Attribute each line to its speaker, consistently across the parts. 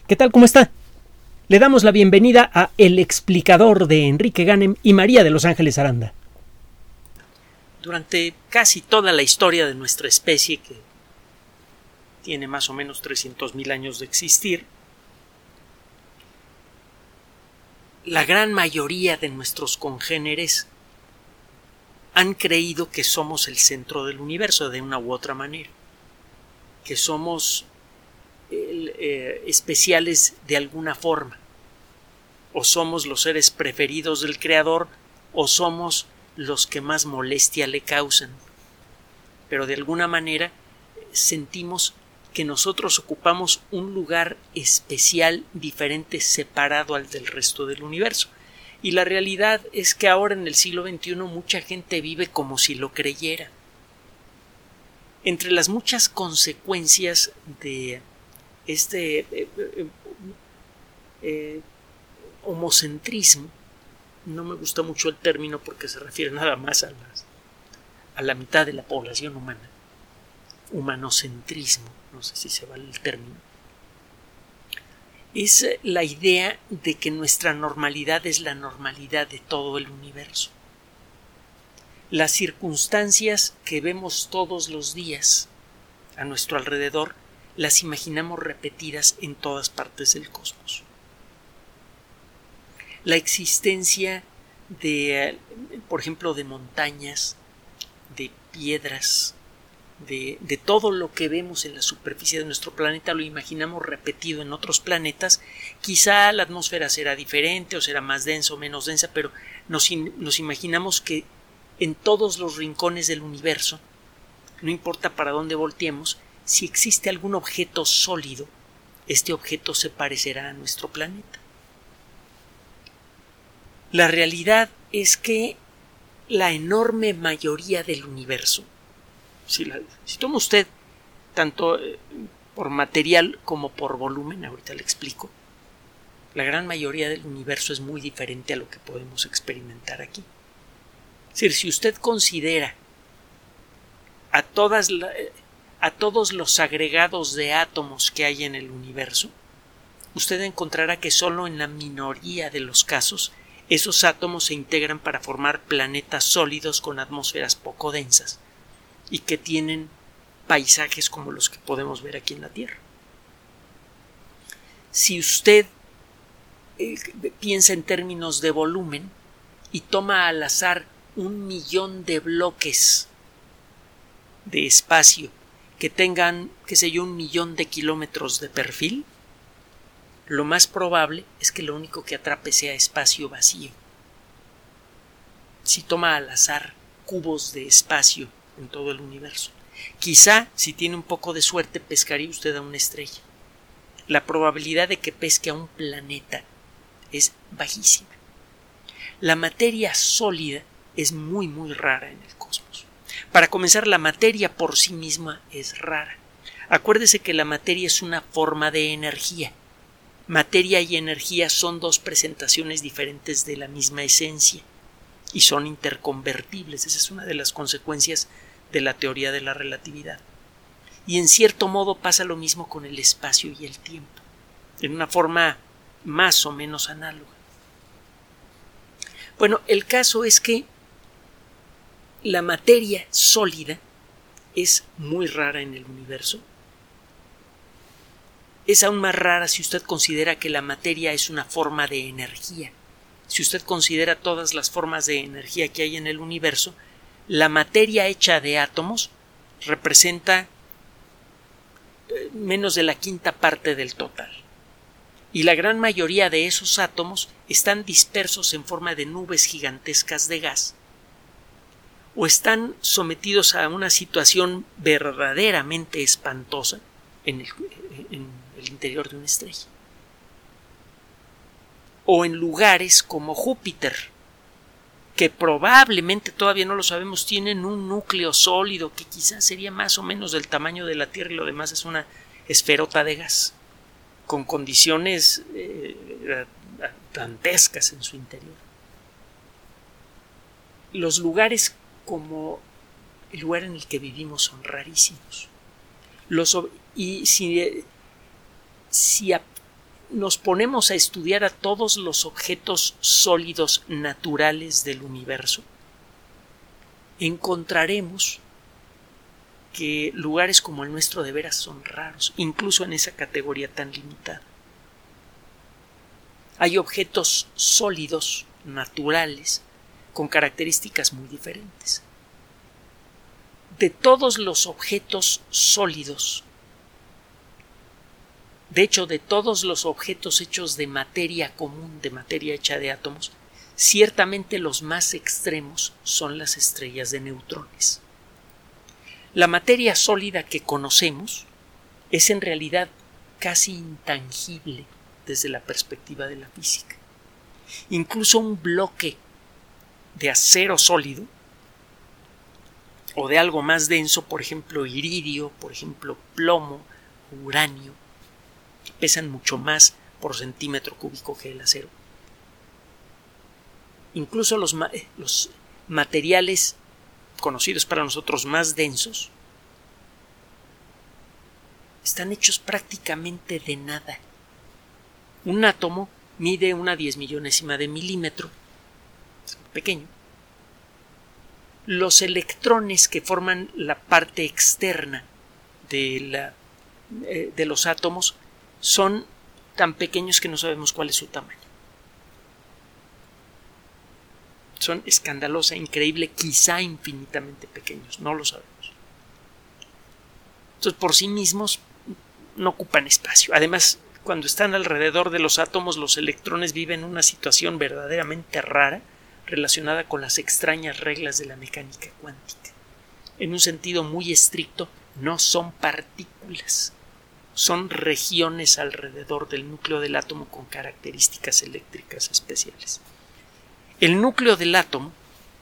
Speaker 1: ¿Qué tal? ¿Cómo está? Le damos la bienvenida a El Explicador de Enrique Ganem y María de Los Ángeles Aranda. Durante casi toda la historia de nuestra especie, que tiene más o menos 300,000 años de existir, la gran mayoría de nuestros congéneres han creído que somos el centro del universo de una u otra manera, que somos especiales de alguna forma, o somos los seres preferidos del Creador, o somos los que más molestia le causan. Pero de alguna manera sentimos que nosotros ocupamos un lugar especial, diferente, separado al del resto del universo. Y la realidad es que ahora en el siglo XXI mucha gente vive como si lo creyera. Entre las muchas consecuencias de este homocentrismo, no me gusta mucho el término porque se refiere nada más a la mitad de la población humana, humanocentrismo, no sé si se vale el término, es la idea de que nuestra normalidad es la normalidad de todo el universo. Las circunstancias que vemos todos los días a nuestro alrededor las imaginamos repetidas en todas partes del cosmos. La existencia de, por ejemplo, de montañas, de piedras, de todo lo que vemos en la superficie de nuestro planeta lo imaginamos repetido en otros planetas. Quizá la atmósfera será diferente o será más densa o menos densa, pero nos imaginamos que en todos los rincones del universo, no importa para dónde volteemos, si existe algún objeto sólido, este objeto se parecerá a nuestro planeta. La realidad es que la enorme mayoría del universo, si toma usted tanto por material como por volumen, ahorita le explico, la gran mayoría del universo es muy diferente a lo que podemos experimentar aquí. Es decir, si usted considera a todos los agregados de átomos que hay en el universo, usted encontrará que solo en la minoría de los casos esos átomos se integran para formar planetas sólidos con atmósferas poco densas y que tienen paisajes como los que podemos ver aquí en la Tierra. Si usted piensa en términos de volumen y toma al azar 1,000,000 de bloques de espacio que tengan, qué sé yo, 1,000,000 de kilómetros de perfil, lo más probable es que lo único que atrape sea espacio vacío. Si toma al azar cubos de espacio en todo el universo, quizá, si tiene un poco de suerte, pescaría usted a una estrella. La probabilidad de que pesque a un planeta es bajísima. La materia sólida es muy muy rara en el cosmos. Para comenzar, la materia por sí misma es rara. Acuérdese que la materia es una forma de energía. Materia y energía son dos presentaciones diferentes de la misma esencia y son interconvertibles. Esa es una de las consecuencias de la teoría de la relatividad. Y en cierto modo pasa lo mismo con el espacio y el tiempo, en una forma más o menos análoga. Bueno, el caso es que la materia sólida es muy rara en el universo. Es aún más rara si usted considera que la materia es una forma de energía. Si usted considera todas las formas de energía que hay en el universo, la materia hecha de átomos representa menos de la quinta parte del total. Y la gran mayoría de esos átomos están dispersos en forma de nubes gigantescas de gas o están sometidos a una situación verdaderamente espantosa en el interior de una estrella, o en lugares como Júpiter, que probablemente, todavía no lo sabemos, tienen un núcleo sólido que quizás sería más o menos del tamaño de la Tierra y lo demás es una esferota de gas con condiciones dantescas en su interior. Los lugares como el lugar en el que vivimos son rarísimos. Y si nos ponemos a estudiar a todos los objetos sólidos naturales del universo, encontraremos que lugares como el nuestro de veras son raros, incluso en esa categoría tan limitada. Hay objetos sólidos, naturales, con características muy diferentes. De todos los objetos sólidos, de hecho, de todos los objetos hechos de materia común, de materia hecha de átomos, ciertamente los más extremos son las estrellas de neutrones. La materia sólida que conocemos es en realidad casi intangible desde la perspectiva de la física. Incluso un bloque de acero sólido o de algo más denso, por ejemplo iridio, por ejemplo plomo, uranio, que pesan mucho más por centímetro cúbico que el acero. Incluso los materiales conocidos para nosotros más densos están hechos prácticamente de nada. Un átomo mide 1/10 de milímetro, es muy pequeño. Los electrones que forman la parte externa de los átomos son tan pequeños que no sabemos cuál es su tamaño. Son escandalosa, increíble, quizá infinitamente pequeños, no lo sabemos. Entonces, por sí mismos no ocupan espacio. Además, cuando están alrededor de los átomos, los electrones viven una situación verdaderamente rara relacionada con las extrañas reglas de la mecánica cuántica. En un sentido muy estricto, no son partículas, son regiones alrededor del núcleo del átomo con características eléctricas especiales. El núcleo del átomo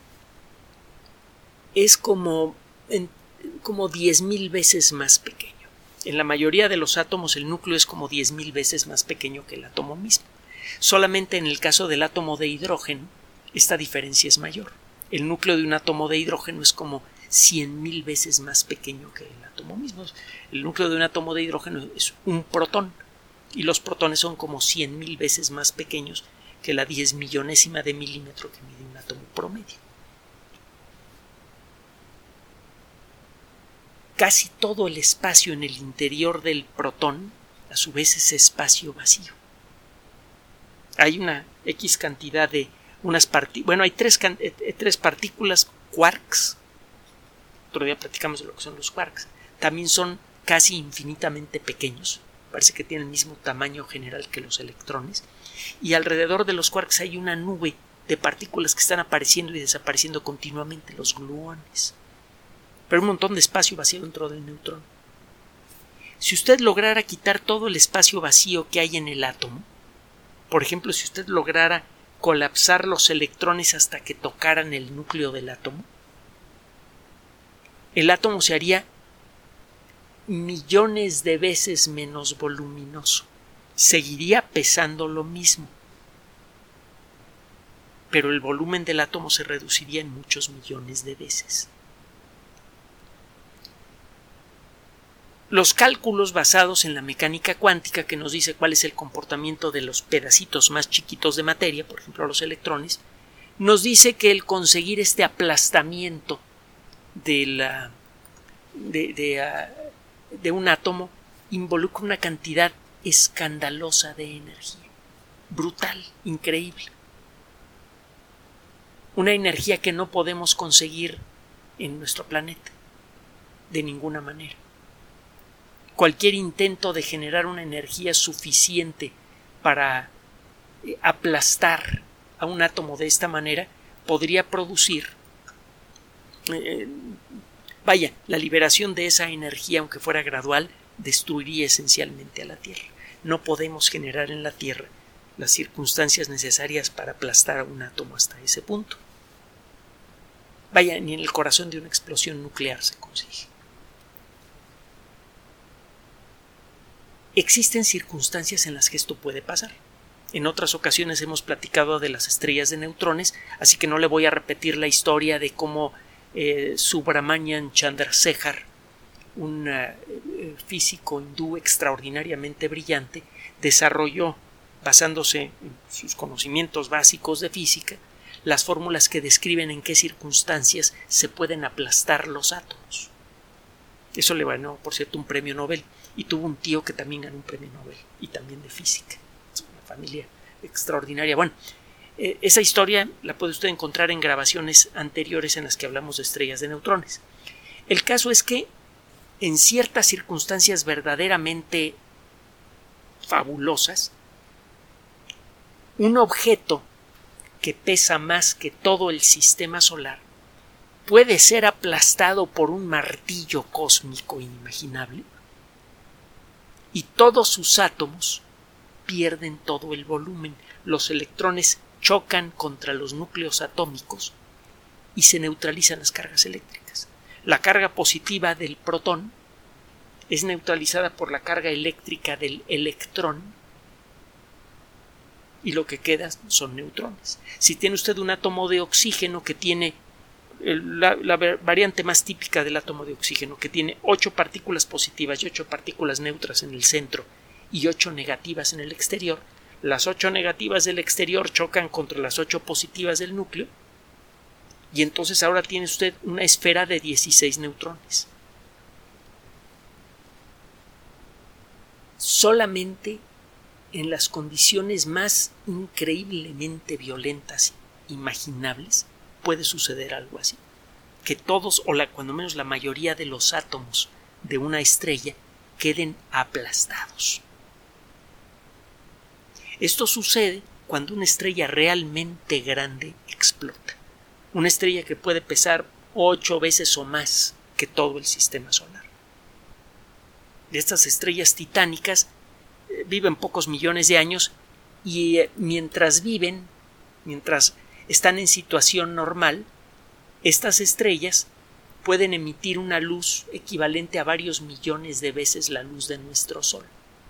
Speaker 1: es como 10,000 veces más pequeño. En la mayoría de los átomos el núcleo es como 10,000 veces más pequeño que el átomo mismo. Solamente en el caso del átomo de hidrógeno esta diferencia es mayor. El núcleo de un átomo de hidrógeno es como 100,000 veces más pequeño que el átomo mismo. El núcleo de un átomo de hidrógeno es un protón y los protones son como 100,000 veces más pequeños que la 10,000,000ª de milímetro que mide un átomo promedio. Casi todo el espacio en el interior del protón, a su vez, es espacio vacío. Hay una X cantidad de hay tres partículas, quarks. Otro día platicamos de lo que son los quarks. También son casi infinitamente pequeños. Parece que tienen el mismo tamaño general que los electrones. Y alrededor de los quarks hay una nube de partículas que están apareciendo y desapareciendo continuamente, los gluones. Pero un montón de espacio vacío dentro del neutrón. Si usted lograra quitar todo el espacio vacío que hay en el átomo, por ejemplo, si usted lograra colapsar los electrones hasta que tocaran el núcleo del átomo, el átomo se haría millones de veces menos voluminoso. Seguiría pesando lo mismo, pero el volumen del átomo se reduciría en muchos millones de veces. Los cálculos basados en la mecánica cuántica, que nos dice cuál es el comportamiento de los pedacitos más chiquitos de materia, por ejemplo los electrones, nos dice que el conseguir este aplastamiento de un átomo involucra una cantidad escandalosa de energía, brutal, increíble. Una energía que no podemos conseguir en nuestro planeta, de ninguna manera. Cualquier intento de generar una energía suficiente para aplastar a un átomo de esta manera podría producir la liberación de esa energía, aunque fuera gradual, destruiría esencialmente a la Tierra. No podemos generar en la Tierra las circunstancias necesarias para aplastar a un átomo hasta ese punto. Ni en el corazón de una explosión nuclear se consigue. Existen circunstancias en las que esto puede pasar. En otras ocasiones hemos platicado de las estrellas de neutrones, así que no le voy a repetir la historia de cómo Subrahmanyan Chandrasekhar, un físico hindú extraordinariamente brillante, desarrolló, basándose en sus conocimientos básicos de física, las fórmulas que describen en qué circunstancias se pueden aplastar los átomos. Eso le ganó, por cierto, un premio Nobel, y tuvo un tío que también ganó un premio Nobel, y también de física. Es una familia extraordinaria. Bueno, esa historia la puede usted encontrar en grabaciones anteriores en las que hablamos de estrellas de neutrones. El caso es que en ciertas circunstancias verdaderamente fabulosas, un objeto que pesa más que todo el sistema solar puede ser aplastado por un martillo cósmico inimaginable y todos sus átomos pierden todo el volumen. Los electrones chocan contra los núcleos atómicos y se neutralizan las cargas eléctricas. La carga positiva del protón es neutralizada por la carga eléctrica del electrón y lo que queda son neutrones. Si tiene usted un átomo de oxígeno que tiene la variante más típica del átomo de oxígeno, que tiene 8 partículas positivas y 8 partículas neutras en el centro y 8 negativas en el exterior, las 8 negativas del exterior chocan contra las 8 positivas del núcleo y entonces ahora tiene usted una esfera de 16 neutrones. Solamente en las condiciones más increíblemente violentas imaginables puede suceder algo así, que todos o cuando menos la mayoría de los átomos de una estrella queden aplastados. Esto sucede cuando una estrella realmente grande explota, una estrella que puede pesar 8 veces o más que todo el sistema solar. Estas estrellas titánicas viven pocos millones de años y mientras están en situación normal, estas estrellas pueden emitir una luz equivalente a varios millones de veces la luz de nuestro Sol.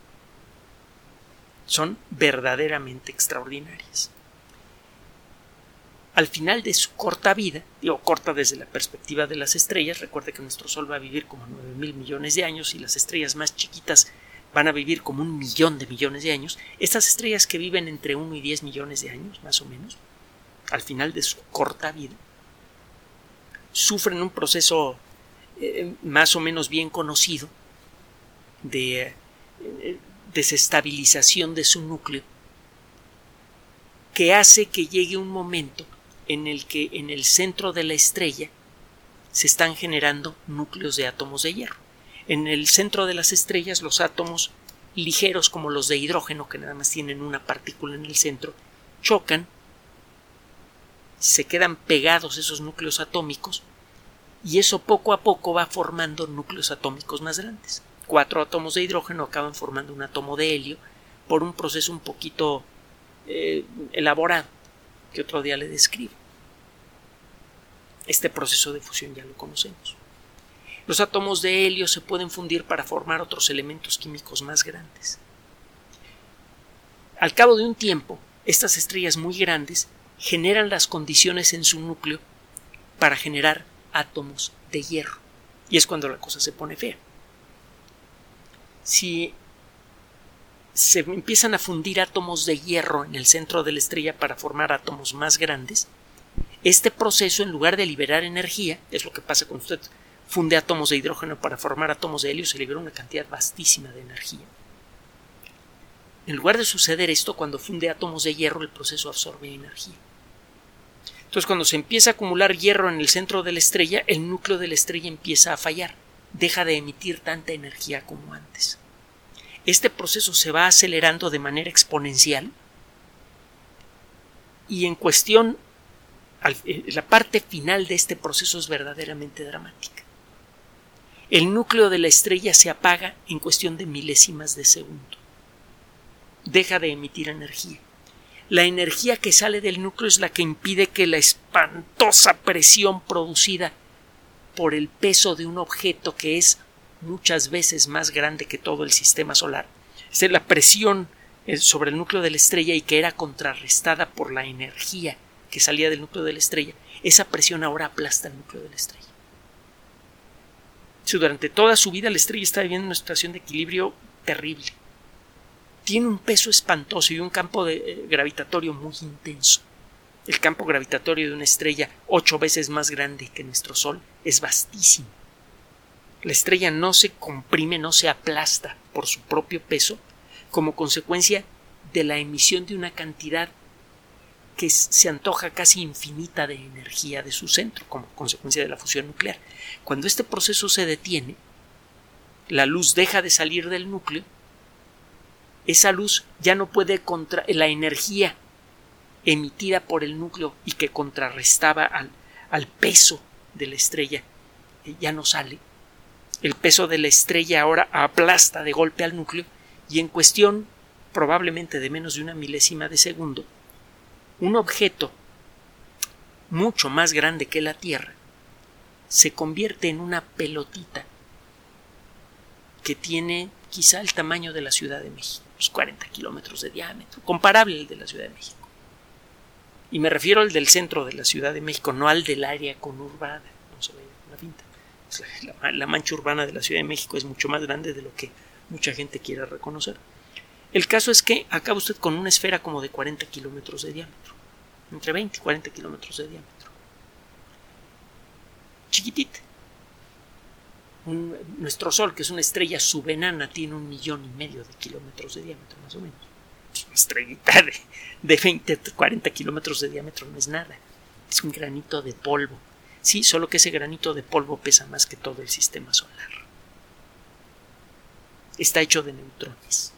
Speaker 1: Son verdaderamente extraordinarias. Al final de su corta vida, digo corta desde la perspectiva de las estrellas, recuerde que nuestro Sol va a vivir como 9.000 millones de años y las estrellas más chiquitas van a vivir como 1 millón de millones de años. Estas estrellas que viven entre 1 y 10 millones de años, más o menos, al final de su corta vida, sufren un proceso más o menos bien conocido de desestabilización de su núcleo, que hace que llegue un momento en el que en el centro de la estrella se están generando núcleos de átomos de hierro. En el centro de las estrellas, los átomos ligeros como los de hidrógeno, que nada más tienen una partícula en el centro, chocan, se quedan pegados esos núcleos atómicos y eso poco a poco va formando núcleos atómicos más grandes. 4 átomos de hidrógeno acaban formando un átomo de helio por un proceso un poquito elaborado que otro día le describo. Este proceso de fusión ya lo conocemos. Los átomos de helio se pueden fundir para formar otros elementos químicos más grandes. Al cabo de un tiempo, estas estrellas muy grandes generan las condiciones en su núcleo para generar átomos de hierro. Y es cuando la cosa se pone fea. Si se empiezan a fundir átomos de hierro en el centro de la estrella para formar átomos más grandes, este proceso, en lugar de liberar energía, es lo que pasa cuando usted funde átomos de hidrógeno para formar átomos de helio, se libera una cantidad vastísima de energía. En lugar de suceder esto, cuando funde átomos de hierro, el proceso absorbe energía. Entonces, cuando se empieza a acumular hierro en el centro de la estrella, el núcleo de la estrella empieza a fallar, deja de emitir tanta energía como antes. Este proceso se va acelerando de manera exponencial y en cuestión, la parte final de este proceso es verdaderamente dramática. El núcleo de la estrella se apaga en cuestión de milésimas de segundo. Deja de emitir energía. La energía que sale del núcleo es la que impide que la espantosa presión producida por el peso de un objeto que es muchas veces más grande que todo el sistema solar, es la presión sobre el núcleo de la estrella y que era contrarrestada por la energía que salía del núcleo de la estrella, esa presión ahora aplasta el núcleo de la estrella. Si durante toda su vida la estrella está viviendo una situación de equilibrio terrible, tiene un peso espantoso y un campo gravitatorio muy intenso. El campo gravitatorio de una estrella 8 veces más grande que nuestro Sol es vastísimo. La estrella no se comprime, no se aplasta por su propio peso como consecuencia de la emisión de una cantidad que se antoja casi infinita de energía de su centro, como consecuencia de la fusión nuclear. Cuando este proceso se detiene, la luz deja de salir del núcleo, esa luz ya no puede la energía emitida por el núcleo y que contrarrestaba al peso de la estrella, ya no sale. El peso de la estrella ahora aplasta de golpe al núcleo y en cuestión probablemente de menos de una milésima de segundo, un objeto mucho más grande que la Tierra se convierte en una pelotita que tiene quizá el tamaño de la Ciudad de México, unos 40 kilómetros de diámetro, comparable al de la Ciudad de México. Y me refiero al del centro de la Ciudad de México, no al del área conurbada. No se vaya una pinta. La mancha urbana de la Ciudad de México es mucho más grande de lo que mucha gente quiera reconocer. El caso es que acaba usted con una esfera como de 40 kilómetros de diámetro, entre 20 y 40 kilómetros de diámetro. Chiquitita. Nuestro Sol, que es una estrella subenana, tiene 1,5 millones de kilómetros de diámetro, más o menos. Una estrellita de 20, 40 kilómetros de diámetro no es nada. Es un granito de polvo. Sí, solo que ese granito de polvo pesa más que todo el sistema solar. Está hecho de neutrones.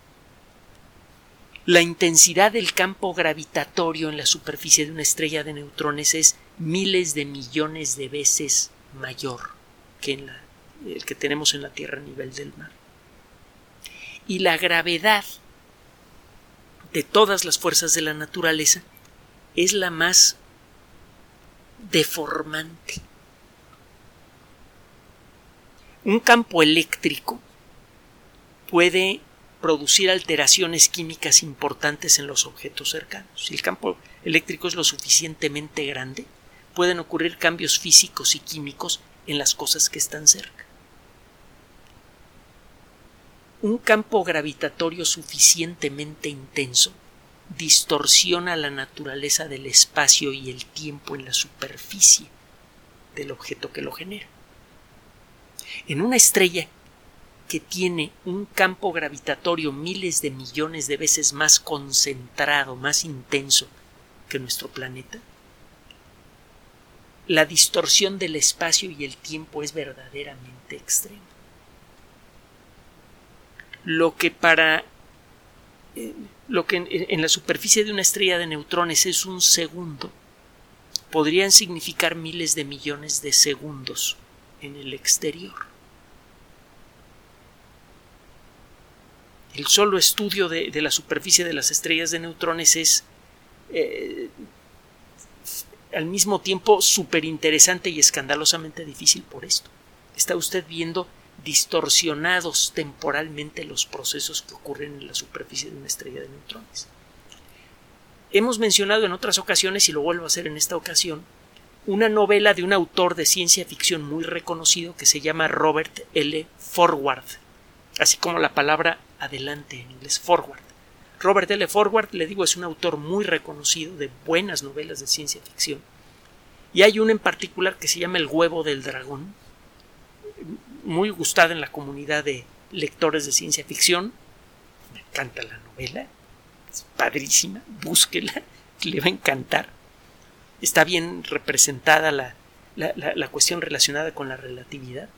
Speaker 1: La intensidad del campo gravitatorio en la superficie de una estrella de neutrones es miles de millones de veces mayor que el que tenemos en la Tierra a nivel del mar. Y la gravedad de todas las fuerzas de la naturaleza es la más deformante. Un campo eléctrico puede producir alteraciones químicas importantes en los objetos cercanos. Si el campo eléctrico es lo suficientemente grande, pueden ocurrir cambios físicos y químicos en las cosas que están cerca. Un campo gravitatorio suficientemente intenso distorsiona la naturaleza del espacio y el tiempo en la superficie del objeto que lo genera. En una estrella que tiene un campo gravitatorio miles de millones de veces más concentrado, más intenso que nuestro planeta, la distorsión del espacio y el tiempo es verdaderamente extrema. Lo que en la superficie de una estrella de neutrones es un segundo, podrían significar miles de millones de segundos en el exterior. El solo estudio de la superficie de las estrellas de neutrones es al mismo tiempo súper interesante y escandalosamente difícil por esto. Está usted viendo distorsionados temporalmente los procesos que ocurren en la superficie de una estrella de neutrones. Hemos mencionado en otras ocasiones, y lo vuelvo a hacer en esta ocasión, una novela de un autor de ciencia ficción muy reconocido que se llama Robert L. Forward, así como la palabra adelante en inglés, forward. Robert L. Forward, le digo, es un autor muy reconocido de buenas novelas de ciencia ficción, y hay una en particular que se llama El huevo del dragón, muy gustada en la comunidad de lectores de ciencia ficción. Me encanta la novela, es padrísima, búsquela, le va a encantar. Está bien representada la cuestión relacionada con la relatividad.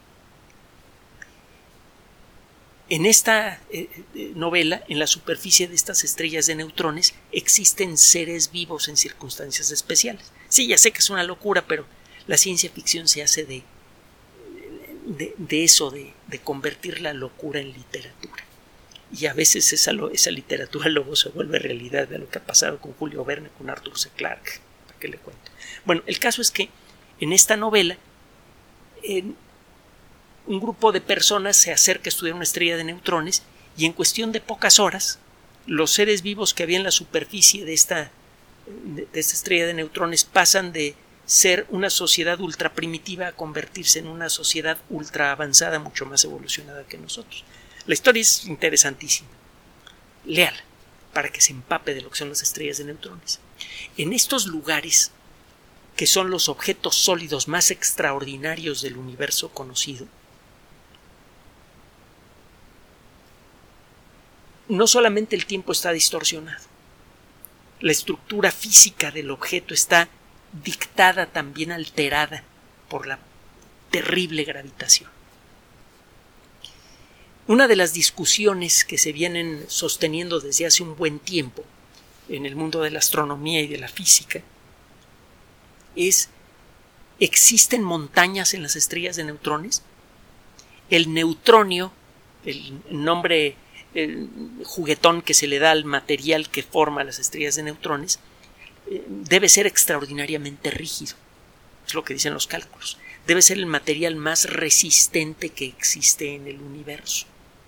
Speaker 1: En esta novela, en la superficie de estas estrellas de neutrones, existen seres vivos en circunstancias especiales. Sí, ya sé que es una locura, pero la ciencia ficción se hace de eso, de convertir la locura en literatura. Y a veces esa literatura luego se vuelve realidad. De lo que ha pasado con Julio Verne, con Arthur C. Clarke. ¿Para qué le cuento? Bueno, el caso es que en esta novela un grupo de personas se acerca a estudiar una estrella de neutrones y en cuestión de pocas horas los seres vivos que había en la superficie de esta estrella de neutrones pasan de ser una sociedad ultra primitiva a convertirse en una sociedad ultra avanzada, mucho más evolucionada que nosotros. La historia es interesantísima. léala para que se empape de lo que son las estrellas de neutrones. En estos lugares, que son los objetos sólidos más extraordinarios del universo conocido, no solamente el tiempo está distorsionado, la estructura física del objeto está dictada, también alterada por la terrible gravitación. Una de las discusiones que se vienen sosteniendo desde hace un buen tiempo en el mundo de la astronomía y de la física es: ¿existen montañas en las estrellas de neutrones? El neutronio, el nombre juguetón que se le da al material que forma las estrellas de neutrones, debe ser extraordinariamente rígido. Es lo que dicen los cálculos. Debe ser el material más resistente que existe en el universo.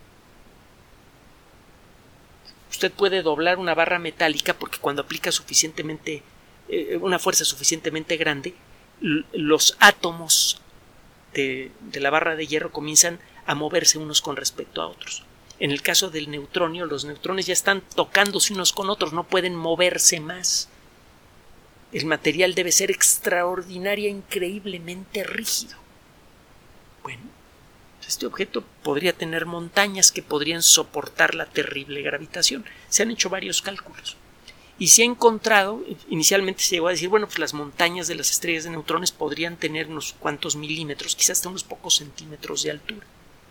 Speaker 1: Usted puede doblar una barra metálica porque cuando aplica una fuerza suficientemente grande, los átomos de la barra de hierro comienzan a moverse unos con respecto a otros. En el caso del neutronio, los neutrones ya están tocándose unos con otros, no pueden moverse más. El material debe ser extraordinaria, increíblemente rígido. Bueno, este objeto podría tener montañas que podrían soportar la terrible gravitación. Se han hecho varios cálculos. Y se ha encontrado, inicialmente se llegó a decir, bueno, pues las montañas de las estrellas de neutrones podrían tener unos cuantos milímetros, quizás hasta unos pocos centímetros de altura.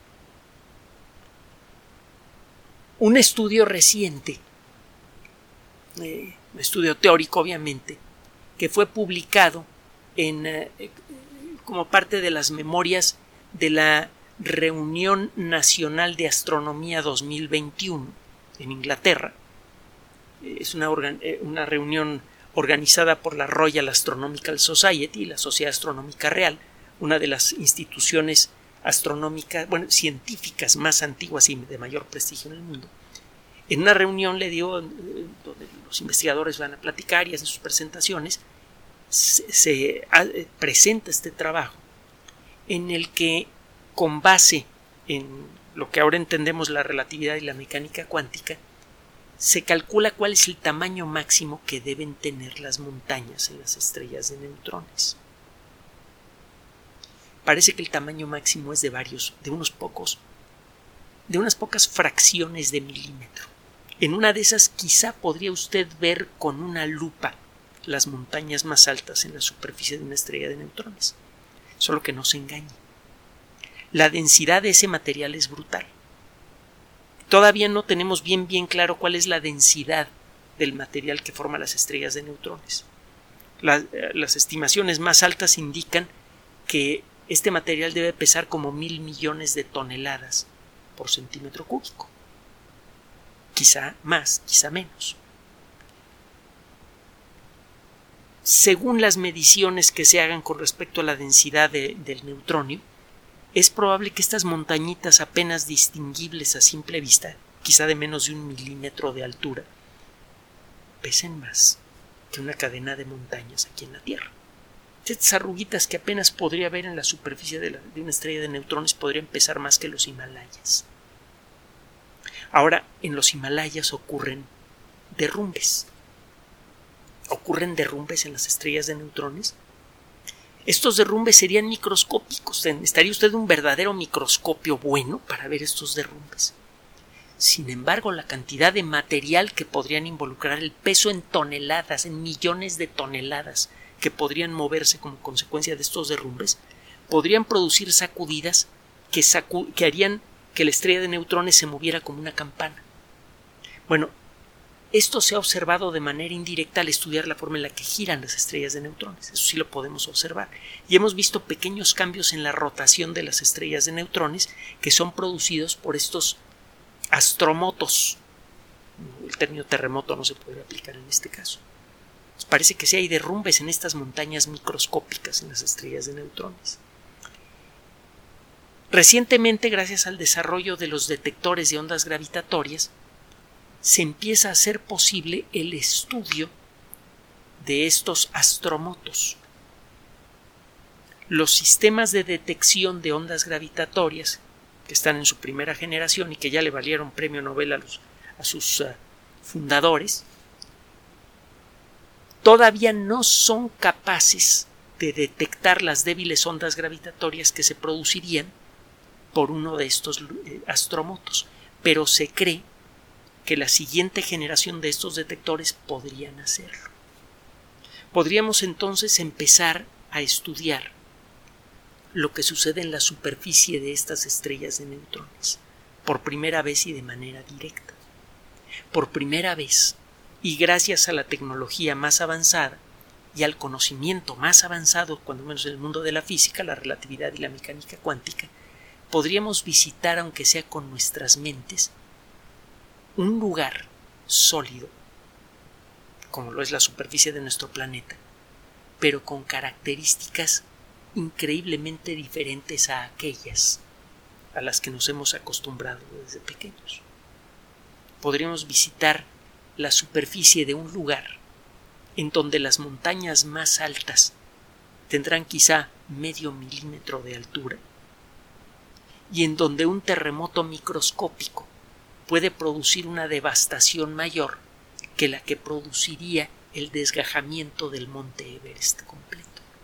Speaker 1: Un estudio reciente, un estudio teórico obviamente, que fue publicado como parte de las memorias de la Reunión Nacional de Astronomía 2021 en Inglaterra. Es una reunión organizada por la Royal Astronomical Society, la Sociedad Astronómica Real, una de las instituciones astronómicas, científicas más antiguas y de mayor prestigio en el mundo. En una reunión donde los investigadores van a platicar y hacen sus presentaciones, se presenta este trabajo en el que, con base en lo que ahora entendemos la relatividad y la mecánica cuántica, se calcula cuál es el tamaño máximo que deben tener las montañas en las estrellas de neutrones. Parece que el tamaño máximo es de unas pocas fracciones de milímetro. En una de esas quizá podría usted ver con una lupa las montañas más altas en la superficie de una estrella de neutrones. Solo que no se engañe. La densidad de ese material es brutal. Todavía no tenemos bien claro cuál es la densidad del material que forma las estrellas de neutrones. Las estimaciones más altas indican que este material debe pesar como 1,000 millones de toneladas por centímetro cúbico. Quizá más, quizá menos. Según las mediciones que se hagan con respecto a la densidad del neutronio, es probable que estas montañitas apenas distinguibles a simple vista, quizá de menos de 1 milímetro de altura, pesen más que una cadena de montañas aquí en la Tierra. Estas arruguitas que apenas podría ver en la superficie de una estrella de neutrones podrían pesar más que los Himalayas. Ahora, en los Himalayas ocurren derrumbes. ¿Ocurren derrumbes en las estrellas de neutrones? Estos derrumbes serían microscópicos. Estaría usted un verdadero microscopio bueno para ver estos derrumbes. Sin embargo, la cantidad de material que podrían involucrar, el peso en toneladas, en millones de toneladas que podrían moverse como consecuencia de estos derrumbes, podrían producir sacudidas que harían que la estrella de neutrones se moviera como una campana. Bueno, esto se ha observado de manera indirecta al estudiar la forma en la que giran las estrellas de neutrones. Eso sí lo podemos observar. Y hemos visto pequeños cambios en la rotación de las estrellas de neutrones que son producidos por estos astromotos. El término terremoto no se puede aplicar en este caso. Parece que sí hay derrumbes en estas montañas microscópicas en las estrellas de neutrones. Recientemente, gracias al desarrollo de los detectores de ondas gravitatorias, se empieza a hacer posible el estudio de estos astromotos. Los sistemas de detección de ondas gravitatorias, que están en su primera generación y que ya le valieron premio Nobel a sus fundadores, todavía no son capaces de detectar las débiles ondas gravitatorias que se producirían por uno de estos astromotos, pero se cree que la siguiente generación de estos detectores podrían hacerlo. Podríamos entonces empezar a estudiar lo que sucede en la superficie de estas estrellas de neutrones, por primera vez y de manera directa. Por primera vez, y gracias a la tecnología más avanzada y al conocimiento más avanzado, cuando menos en el mundo de la física, la relatividad y la mecánica cuántica, podríamos visitar, aunque sea con nuestras mentes, un lugar sólido, como lo es la superficie de nuestro planeta, pero con características increíblemente diferentes a aquellas a las que nos hemos acostumbrado desde pequeños. Podríamos visitar la superficie de un lugar en donde las montañas más altas tendrán quizá medio milímetro de altura y en donde un terremoto microscópico puede producir una devastación mayor que la que produciría el desgajamiento del monte Everest completo.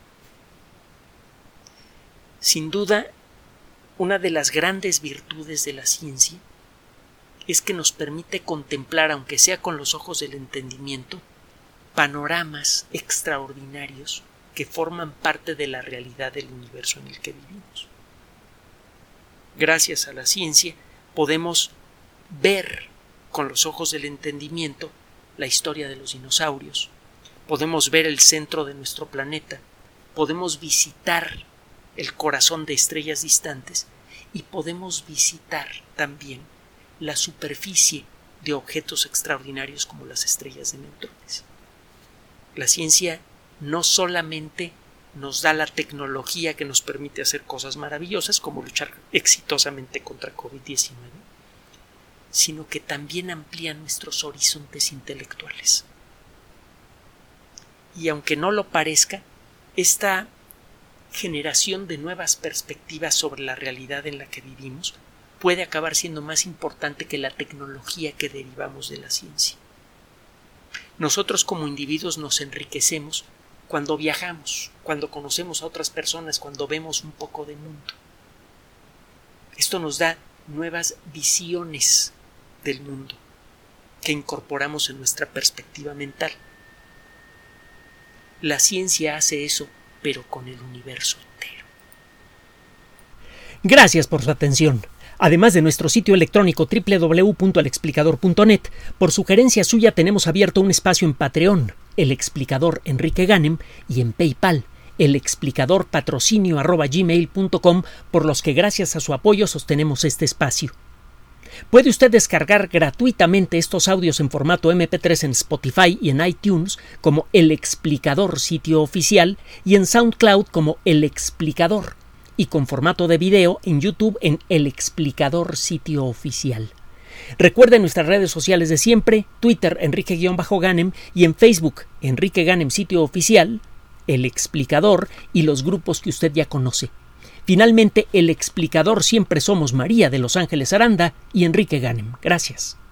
Speaker 1: Sin duda, una de las grandes virtudes de la ciencia es que nos permite contemplar, aunque sea con los ojos del entendimiento, panoramas extraordinarios que forman parte de la realidad del universo en el que vivimos. Gracias a la ciencia podemos ver con los ojos del entendimiento la historia de los dinosaurios, podemos ver el centro de nuestro planeta, podemos visitar el corazón de estrellas distantes y podemos visitar también la superficie de objetos extraordinarios como las estrellas de neutrones. La ciencia no solamente nos da la tecnología que nos permite hacer cosas maravillosas como luchar exitosamente contra COVID-19, sino que también amplía nuestros horizontes intelectuales. Y aunque no lo parezca, esta generación de nuevas perspectivas sobre la realidad en la que vivimos puede acabar siendo más importante que la tecnología que derivamos de la ciencia. Nosotros como individuos nos enriquecemos cuando viajamos, cuando conocemos a otras personas, cuando vemos un poco de mundo. Esto nos da nuevas visiones del mundo que incorporamos en nuestra perspectiva mental. La ciencia hace eso, pero con el universo entero.
Speaker 2: Gracias por su atención. Además de nuestro sitio electrónico www.alexplicador.net, por sugerencia suya tenemos abierto un espacio en Patreon, El Explicador Enrique Ganem, y en PayPal, elexplicadorpatrocinio@gmail.com, por los que gracias a su apoyo sostenemos este espacio. Puede usted descargar gratuitamente estos audios en formato MP3 en Spotify y en iTunes como El Explicador sitio oficial y en SoundCloud como El Explicador, y con formato de video en YouTube en El Explicador sitio oficial. Recuerde nuestras redes sociales de siempre, Twitter Enrique-Ganem y en Facebook Enrique Ganem sitio oficial, El Explicador y los grupos que usted ya conoce. Finalmente, El Explicador siempre somos María de Los Ángeles Aranda y Enrique Ganem. Gracias.